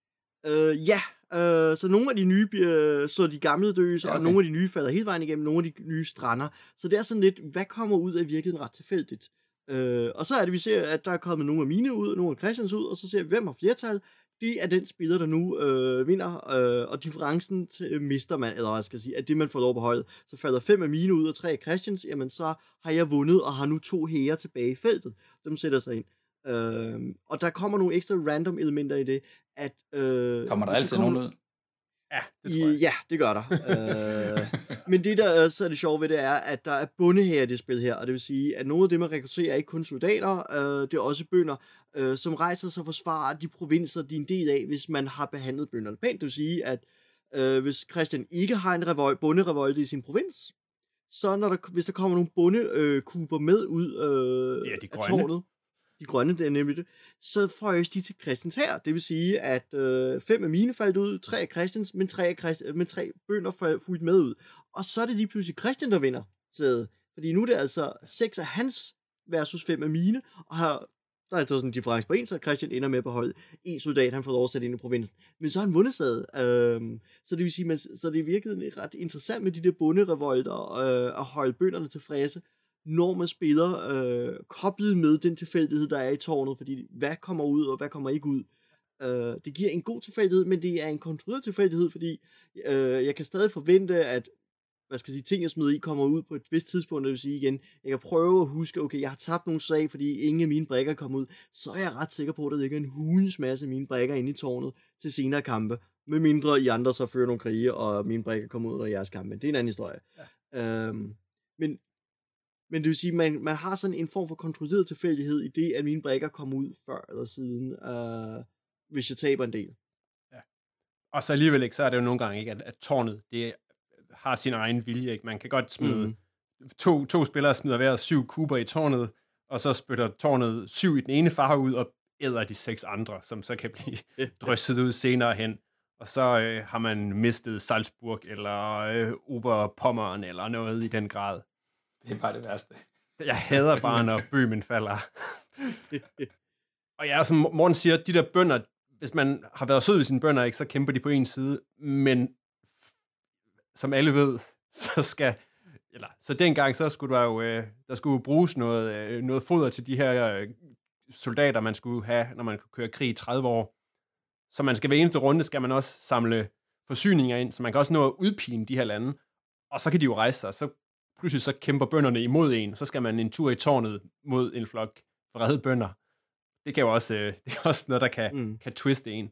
Øh, ja, øh, så nogle af de nye øh, slår de gamle løs, ja, okay. Og nogle af de nye falder hele vejen igennem, nogle af de nye strander. Så det er sådan lidt, hvad kommer ud af virkeligheden ret tilfældigt? Øh, og så er det, vi ser, at der er kommet nogle af mine ud, og nogle af Christians ud, og så ser vi, hvem har flertal. Det er den spiller, der nu øh, vinder, øh, og differencen til, øh, mister man, eller hvad skal jeg sige, at det man får lov på holdet. Så falder fem af mine ud, og tre af Christians, jamen så har jeg vundet, og har nu to hære tilbage i feltet. Dem sætter sig ind. Øh, og der kommer nogle ekstra random elementer i det, at... Øh, kommer der altid kommer... nogen ud? Ja, det tror jeg. Ja, det gør der. øh, men det, der så er det sjove ved det, er, at der er bondehære i det spil her, og det vil sige, at nogle af det, man rekrutterer, er ikke kun soldater, øh, det er også bønder, øh, som rejser sig og forsvarer de provinser, de er en del af, hvis man har behandlet bønderne pænt. Det vil sige, at øh, hvis Christian ikke har en revolt, bonderevolte i sin provins, så når der, hvis der kommer nogle bondekuber øh, med ud øh, ja, de af tårnet, de grønne, det er nemlig det, så frøjes de til Christians her. Det vil sige, at øh, fem af mine faldt ud, tre af Christians, men tre, af Christ, men tre bønder fulgte med ud. Og så er det lige pludselig Christian, der vinder. Så, fordi nu er det altså seks af hans versus fem af mine, og har, der er altså sådan en difference på en, så Christian ender med at beholde en soldat, han får lov at sætte ind i provinsen. Men så har han vundet stadig. Øhm, så det vil sige, man, så det er virkelig ret interessant med de der bonderevolter, øh, at holde bønderne til fræse, når man spiller øh, koblet med den tilfældighed, der er i tårnet, fordi hvad kommer ud, og hvad kommer ikke ud. Øh, det giver en god tilfældighed, men det er en kontrolleret tilfældighed, fordi øh, jeg kan stadig forvente, at hvad skal jeg sige, ting, jeg smider i, kommer ud på et vist tidspunkt, det vil sige igen, jeg kan prøve at huske, okay, jeg har tabt nogle slag, fordi ingen af mine brækker kommer ud, så er jeg ret sikker på, at der ligger en hulens masse af mine brækker inde i tårnet til senere kampe, med mindre I andre så fører nogle krige, og mine brækker kommer ud af jeres kampe, men det er en anden historie. Ja. Øhm, men Men det vil sige, at man, man har sådan en form for kontrolleret tilfældighed i det, at mine brækker kommer ud før eller siden, øh, hvis jeg taber en del. Ja. Og så alligevel ikke, så er det jo nogle gange ikke, at, at tårnet, det har sin egen vilje, ikke? Man kan godt smide, mm. to, to spillere smider hver syv kuber i tårnet, og så spytter tårnet syv i den ene farve ud, og æder de seks andre, som så kan blive drysset ud senere hen. Og så øh, har man mistet Salzburg, eller øh, Oberpommern, eller noget i den grad. Det er bare det værste. Jeg hader bare, når Bøhmen falder. Og ja, som Morten siger, de der bønder, hvis man har været sød ved sine bønder, ikke, så kæmper de på en side, men som alle ved, så skal, eller, så dengang, så skulle der jo, øh, der skulle bruges noget, øh, noget foder til de her øh, soldater, man skulle have, når man kunne køre krig i tredive år. Så man skal hver eneste runde, skal man også samle forsyninger ind, så man kan også nå at udpine de her lande, og så kan de jo rejse sig, så pludselig så kæmper bønderne imod en, så skal man en tur i tårnet mod en flok vrede bønder. Det kan jo også, øh, det er også noget, der kan, mm. kan twiste en.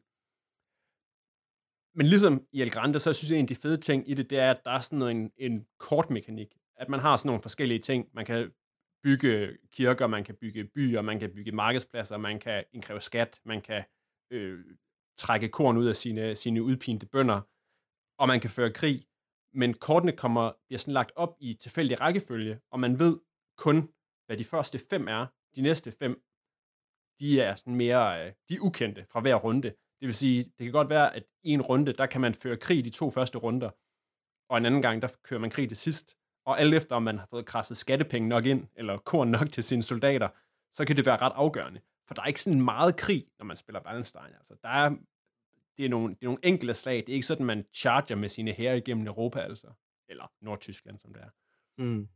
Men ligesom i El Grande, så synes jeg, en af de fede ting i det, det er, at der er sådan en, en kortmekanik. At man har sådan nogle forskellige ting. Man kan bygge kirker, man kan bygge byer, man kan bygge markedspladser, man kan indkræve skat, man kan øh, trække korn ud af sine, sine udpinte bønder, og man kan føre krig. Men kortene kommer, bliver sådan lagt op i tilfældig rækkefølge, og man ved kun, hvad de første fem er. De næste fem, de er sådan mere, de er ukendte fra hver runde. Det vil sige, det kan godt være, at i en runde, der kan man føre krig de to første runder, og en anden gang, der kører man krig til sidst. Og alt efter, om man har fået krasset skattepenge nok ind, eller korn nok til sine soldater, så kan det være ret afgørende. For der er ikke sådan meget krig, når man spiller Wallenstein. Altså, der er, det, er nogle, det er nogle enkelte slag. Det er ikke sådan, man charger med sine hære igennem Europa, altså. Eller Nordtyskland, som det er. Mm.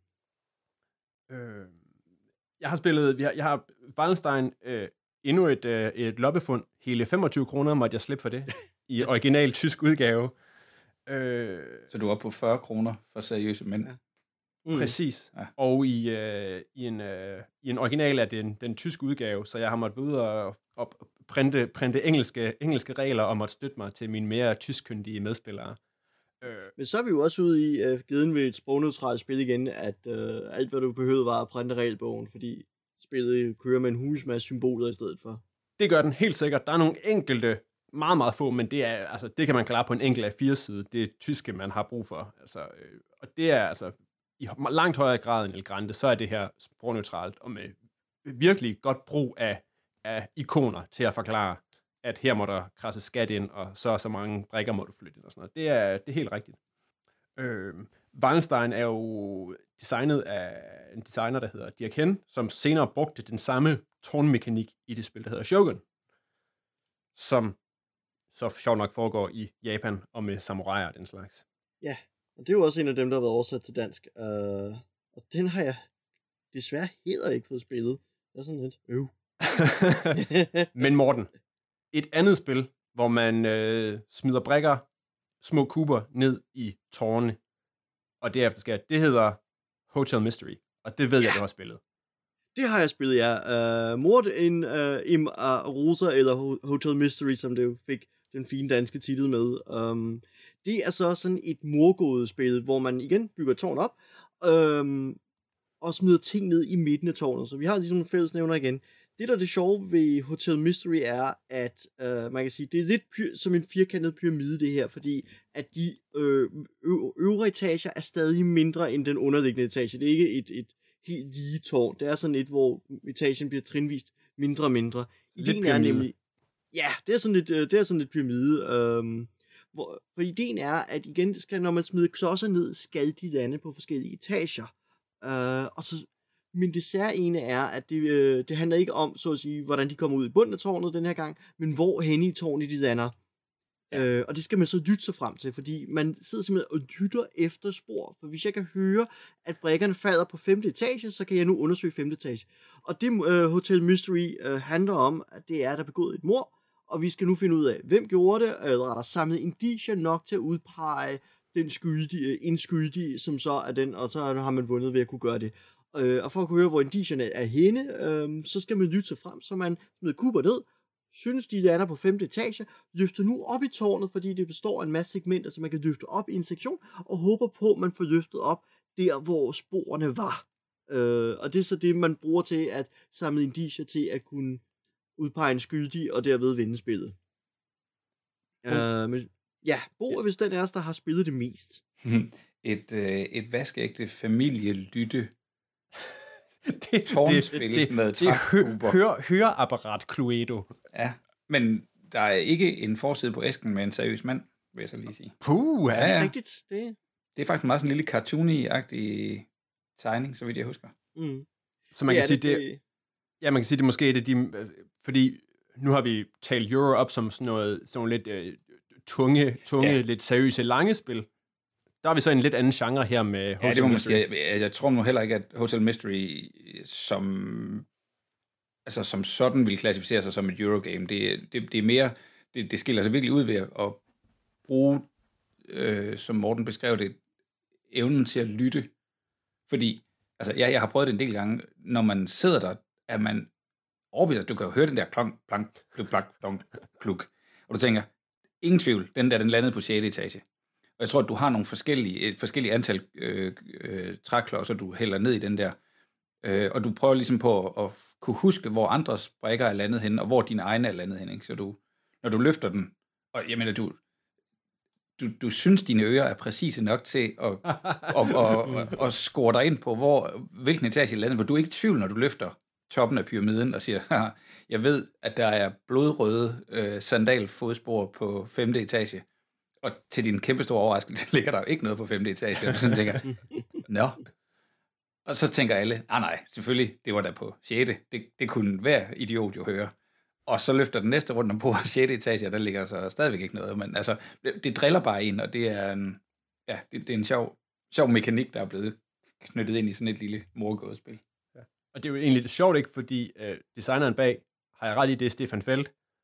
Øh, jeg har spillet, jeg har Wallenstein, øh, endnu et, øh, et loppefund. Hele femogtyve kroner måtte jeg slippe for det. I original tysk udgave. Øh, så du er oppe på fyrre kroner for seriøse mænd? Ja. Mm. Præcis. Ja. Og i, øh, i, en, øh, i en original af den, den tyske udgave, så jeg har måttet ud og, og printe, printe engelske, engelske regler og måtte støtte mig til mine mere tyskkyndige medspillere. Øh. Men så er vi jo også ude i, øh, givet ved et sprogneutralt spil igen, at øh, alt hvad du behøvede var at printe regelbogen, fordi spillet kører med en husmasse symboler i stedet for. Det gør den helt sikkert. Der er nogle enkelte, meget, meget få, men det, er, altså, det kan man klare på en enkelt A fire side. Det er tyske, man har brug for. Altså, øh, og det er altså i langt højere grad end El Grande, så er det her sprogneutralt og med virkelig godt brug af, af ikoner til at forklare, at her må der krasse skat ind, og så og så mange brikker må du flytte ind og sådan noget. Det er, det er helt rigtigt. Øh, Wallenstein er jo designet af en designer, der hedder Dirk Henn, som senere brugte den samme tårnmekanik i det spil, der hedder Shogun, som så sjovt nok foregår i Japan og med samuraier og den slags. Ja, og det er jo også en af dem, der har været oversat til dansk. Uh, og den har jeg desværre heller ikke fået spillet. Det er sådan lidt øv. Men Morten, et andet spil, hvor man øh, smider brikker, små kuber ned i tårne, og derefter skal det hedder Hotel Mystery, og det ved ja. jeg, du har spillet. Det har jeg spillet, ja. Uh, Mord in uh, Im Rosa, eller Hotel Mystery, som det jo fik den fine danske titel med. Um, det er så sådan et mordgådespil, hvor man igen bygger et tårn op, um, og smider ting ned i midten af tårnet. Så vi har ligesom en fællesnævner igen. Det, der er det sjove ved Hotel Mystery, er, at uh, man kan sige, det er lidt pyr- som en firkantet pyramide, det her, fordi at de øh, ø- øvre etager er stadig mindre end den underliggende etage. Det er ikke et, et helt lige tårn. Det er sådan et, hvor etagen bliver trinvist mindre og mindre. Ideen er nemlig, ja, det er sådan lidt, det er sådan lidt pyramide. Øhm, hvor, for ideen er, at igen, skal, når man smider klodser ned, skal de lande på forskellige etager. Øh, og så, men det særlige er, at det, øh, det handler ikke om, så at sige, hvordan de kommer ud i bunden af tårnet den her gang, men hvor henne i tårnet de lander. Ja. Øh, og det skal man så lytte sig frem til, fordi man sidder simpelthen og lytter efter spor. For hvis jeg kan høre, at brikkerne falder på femte etage, så kan jeg nu undersøge femte etage. Og det øh, Hotel Mystery øh, handler om, at det er, der er begået et mord, og vi skal nu finde ud af, hvem gjorde det, eller er der samlet indicier nok til at udpege den skyldige, indskyldige, som så er den, og så har man vundet ved at kunne gøre det. Øh, og for at kunne høre, hvor indicierne er henne, øh, så skal man lytte sig frem, så man smider kuber ned, synes de lander på femte etage, løfter nu op i tårnet, fordi det består af en masse segmenter, så man kan løfte op i en sektion, og håber på, at man får løftet op der, hvor sporene var. Øh, og det er så det, man bruger til at samle indicier til at kunne udpege en skyldig, og derved vinde spillet. Uh, men, ja, Bo er vist den af os, der har spillet det mest. et, øh, et vaskeægte familielytte det, tårnspil det, det, med trækkuber. Hør, høreapparat Cluedo. Ja, men der er ikke en forside på æsken med en seriøs mand, vil jeg så lige sige. Puh, ja, ja. Rigtigt. Det... det er faktisk en meget sådan en lille cartoony-agtig tegning, så vidt jeg husker. Mm. Så man kan det sige, det, det, ja, man kan sige, det måske er det, de, fordi nu har vi talt Euro op som sådan noget, sådan nogle lidt uh, tunge, tunge ja. lidt seriøse, lange spil. Der er vi så en lidt anden genre her med Hotel ja, det må man Mystery. sige. Jeg, jeg tror nu heller ikke, at Hotel Mystery som, altså, som sådan vil klassificere sig som et Eurogame. Det, det, det er mere, det, det skiller sig virkelig ud ved at bruge, øh, som Morten beskrev det, evnen til at lytte. Fordi, altså, ja, jeg har prøvet det en del gange, når man sidder der, er man overbevist, du kan jo høre den der klonk, plank, pluk, plak, plonk, pluk. Og du tænker, ingen tvivl, den der, den landede på sjette etage. Og jeg tror, at du har nogle forskellige, et forskellige antal øh, øh, træklodser, du hælder ned i den der. Øh, og du prøver ligesom på at, at kunne huske, hvor andres brækker er landet hen, og hvor dine egne er landet hen. Ikke? Så du, når du løfter den, og jeg mener, du, du, du synes, dine ører er præcise nok til at, at, at, at, at, at score dig ind på, hvor, hvilken etage er landet, hvor du er ikke i tvivl, når du løfter toppen af pyramiden og siger, jeg ved, at der er blodrøde øh, sandalfodspor på femte etage. Og til din kæmpe store overraskelse ligger der jo ikke noget på femte etage. Og du sådan tænker, nå. Og så tænker alle, ah nej, selvfølgelig, det var der på sjette. Det, det kunne hver idiot jo høre. Og så løfter den næste rundt om på sjette etage, og der ligger så stadigvæk ikke noget. Men altså, det, det driller bare en, og det er en, ja, det, det er en sjov, sjov mekanik, der er blevet knyttet ind i sådan et lille morgådespil. Ja. Og det er jo egentlig lidt sjovt, ikke? Fordi øh, designeren bag, har jeg ret i, det er Stefan Feld.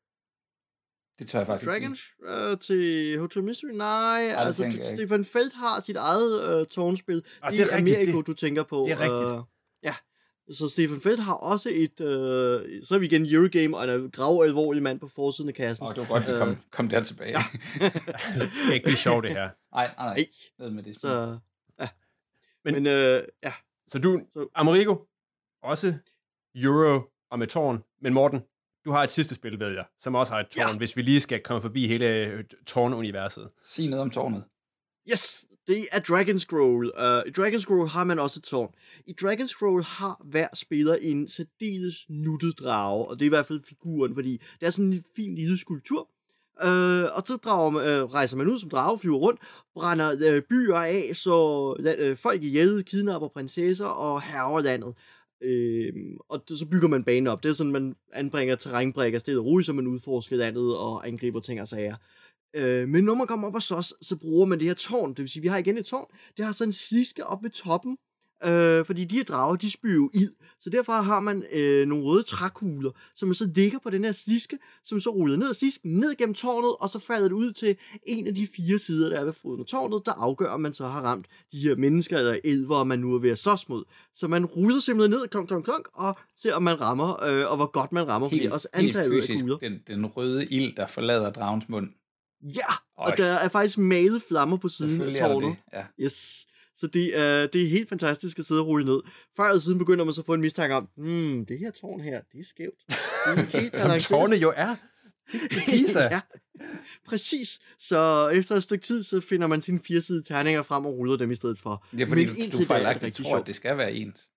Det tør jeg faktisk Dragons øh, til Hotel Mystery? Nej, Ej, altså tænker, Stefan Feld har sit eget øh, tårnspil. Ah, det, det er rigtigt, Amerigo, det, du tænker på. Det er rigtigt. Øh, ja, så Stefan Feld har også et, øh, så er vi igen Eurogame, og en grav alvorlig mand på forsiden af kassen. Åh, oh, det var godt, vi kom, øh, kom der tilbage. Ja. Det er ikke lige sjovt, det her. Nej, nej, nej. Ned med det. Så, ja. Men, Men øh, ja. Så du, så. Amerigo, også Euro og med tårn, men Morten, du har et sidste spil, ved jeg, som også har et tårn, ja. Hvis vi lige skal komme forbi hele tårnuniverset. Sig noget om tårnet. Yes, det er Dragon Scroll. Uh, I Dragon Scroll har man også et tårn. I Dragon Scroll har hver spiller en særdeles nuttet drage, og det er i hvert fald figuren, fordi det er sådan en fin lille skulptur. Uh, og så drager man, uh, rejser man ud som drage, flyver rundt, brænder uh, byer af, så uh, folk ihjel, kidnapper prinsesser og hærger landet. Øhm, og så bygger man banen op. Det er sådan, man anbringer terrænbrækker stille og roligt, så man udforsker landet og angriber ting og sager. Øh, men når man kommer op hos os, så bruger man det her tårn. Det vil sige, vi har igen et tårn. Det har sådan en sliske op ved toppen. Øh, fordi de her drager, de spyrer jo ild. Så derfor har man øh, nogle røde trækugler, som så ligger på den her sliske, som så ruller ned ad slisken, ned gennem tårnet, og så falder det ud til en af de fire sider, der er ved foden af tårnet, der afgør, om man så har ramt de her mennesker eller elver, man nu er ved at slås mod. Så man ruller simpelthen ned, klonk, klonk, klonk, og ser, om man rammer, øh, og hvor godt man rammer, helt, fordi også antallet af kugler. Den, den røde ild, der forlader dragens mund. Ja, og Øj. Der er faktisk malet flammer på siden af tårnet. Det, ja. Yes. Så det er, det er helt fantastisk at sidde og rulle ned. Før eller siden begynder man så at få en mistanke om, hmm, det her tårn her, det er skævt. Det er helt som tårnet jo er. Pisa. Ja, præcis. Så efter et stykke tid, så finder man sine firesidede terninger frem og ruller dem i stedet for. Det er fordi, Men du, du fejlagtigt tror, at det skal være ens.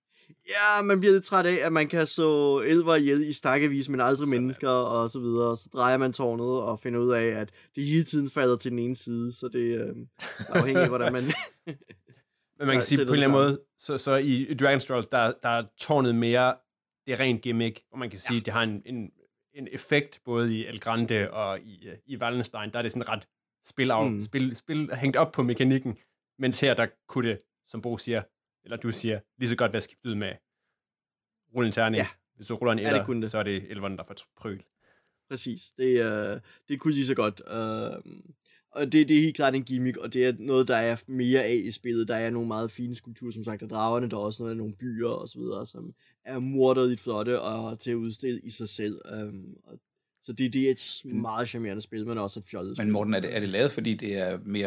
Ja, man bliver lidt træt af, at man kan så elver ihjel i stakkevis, men aldrig sådan mennesker og så videre. Så drejer man tårnet og finder ud af, at det hele tiden falder til den ene side, så det øh, er afhængigt af, hvordan man... Men man kan sige på en eller anden måde, så, så i Dragon's Scroll, der, der er tårnet mere, det er rent gimmick, og man kan sige, ja. Det har en, en, en effekt, både i El Grande og i, i Wallenstein, der er det sådan ret spil, af, mm. spil, spil hængt op på mekanikken, mens her, der kunne det, som Bo siger, eller du siger, lige så godt være skiftet ud med rulle en terning. Ja. Hvis du ruller en eller, ja, så er det elveren, der får prøl. Præcis. Det, uh, det kunne lige så godt. Uh, og det, det er helt klart en gimmick, og det er noget, der er mere af i spillet. Der er nogle meget fine skulpturer, som sagt, af dragerne. Der er også noget af nogle byer og så videre, som er morderligt flotte og til at udstille i sig selv. Um, og, så det, det er et meget charmerende spil, men også et fjollet spil. Men Morten, er det, er det lavet, fordi det er mere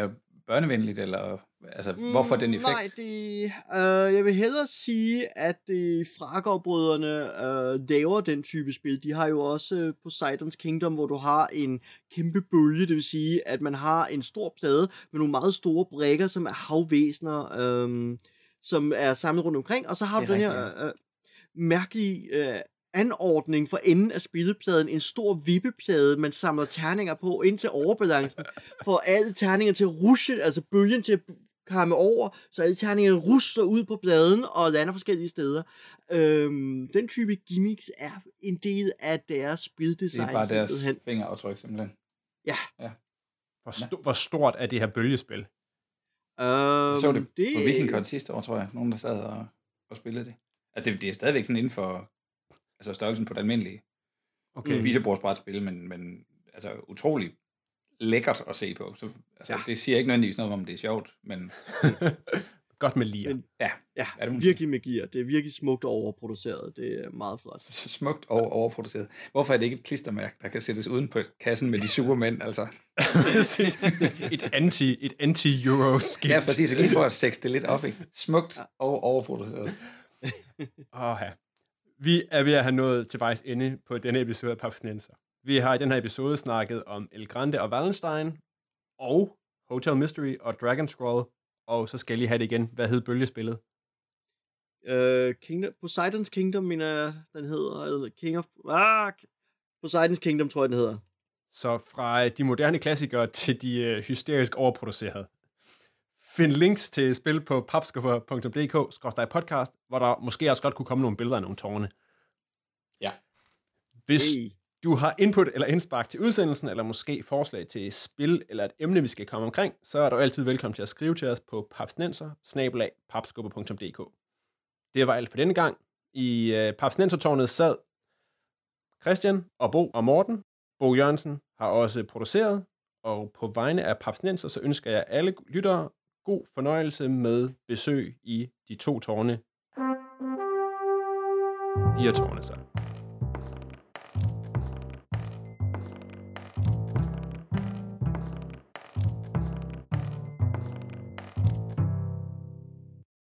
børnevenligt, eller altså, hvorfor den effekt? Nej, det, øh, jeg vil hellere sige, at øh, Fragerbrødrene øh, laver den type spil. De har jo også øh, Poseidon's Kingdom, hvor du har en kæmpe bølge, det vil sige, at man har en stor plade med nogle meget store brækker, som er havvæsener, øh, som er samlet rundt omkring, og så har du den her øh, mærkelige øh, anordning for enden af spillepladen, en stor vippeplade, man samler terninger på ind til overbalancen, for alle terninger til at rushe, altså bølgen til at komme over, så alle terningerne rusler ud på pladen og lander forskellige steder. Øhm, den type gimmicks er en del af deres spildesign. Det er bare deres simpelthen. Fingeraftryk, simpelthen. Ja. ja. Hvor, sto- hvor stort er det her bølgespil? Øhm, jeg så det, det på VikingCon sidste år, tror jeg. Nogen, der sad og, og spillede det. Altså, det, det er stadigvæk sådan inden for altså størrelsen på det almindelige okay. spisebordsbrætspil, men, men altså utrolig lækkert at se på. Så, altså, ja. Det siger ikke nødvendigvis noget om, det er sjovt, men... Godt med lir. Ja, ja er det virkelig med gear. Det er virkelig smukt overproduceret. Det er meget flot. Smukt over overproduceret. Hvorfor er det ikke et klistermærke, der kan sættes uden på kassen med de sure mænd, altså? et anti, et anti-euro-skilt. Ja, præcis. Så lige for at sexe det lidt op, ikke? Smukt og overproduceret. Åh, ja. Vi er ved at have nået til vejs ende på denne episode af Papsnenser. Vi har i den her episode snakket om El Grande og Wallenstein, og Hotel Mystery og Dragon Scroll, og så skal jeg lige have det igen. Hvad hed bølgespillet? Uh, Kingdom, Poseidon's Kingdom, mener jeg, den hedder. King of... Ah, Poseidon's Kingdom, tror jeg, den hedder. Så fra de moderne klassikere til de uh, hysterisk overproducerede. Find links til spil på papskuffer punktum d k skråstreg podcast, hvor der måske også godt kunne komme nogle billeder af nogle tårne. Ja. Hvis hey. du har input eller indspark til udsendelsen, eller måske forslag til spil eller et emne, vi skal komme omkring, så er du altid velkommen til at skrive til os på papsnenser snabel-a papskuffer punktum d k. Det var alt for denne gang. I uh, Papsnensertårnet sad Christian og Bo og Morten. Bo Jørgensen har også produceret, og på vegne af Papsnenser, så ønsker jeg alle lyttere god fornøjelse med besøg i de to tårne. Fire tårne så.